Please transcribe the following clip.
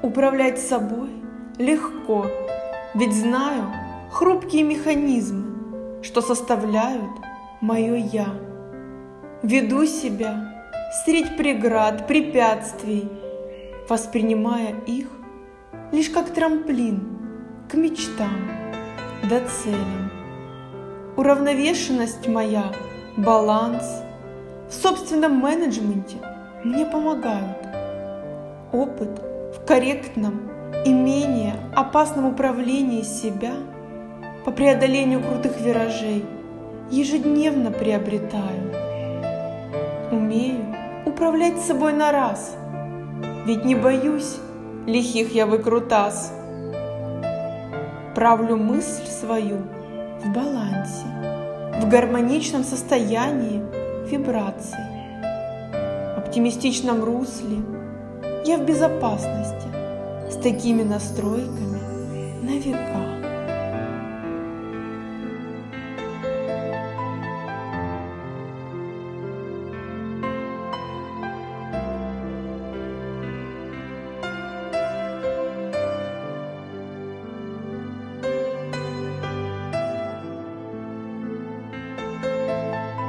Управлять собой легко, ведь знаю хрупкие механизмы, что составляют мое «я». Веду себя средь преград, препятствий, воспринимая их лишь как трамплин к мечтам да целям. Уравновешенность моя, баланс в собственном менеджменте мне помогают. Опыт в корректном и менее опасном управлении себя по преодолению крутых виражей ежедневно приобретаю. Умею управлять собой на раз, ведь не боюсь лихих я выкрутас. Правлю мысль свою в балансе, в гармоничном состоянии вибраций, в оптимистичном русле. Я в безопасности с такими настройками на века.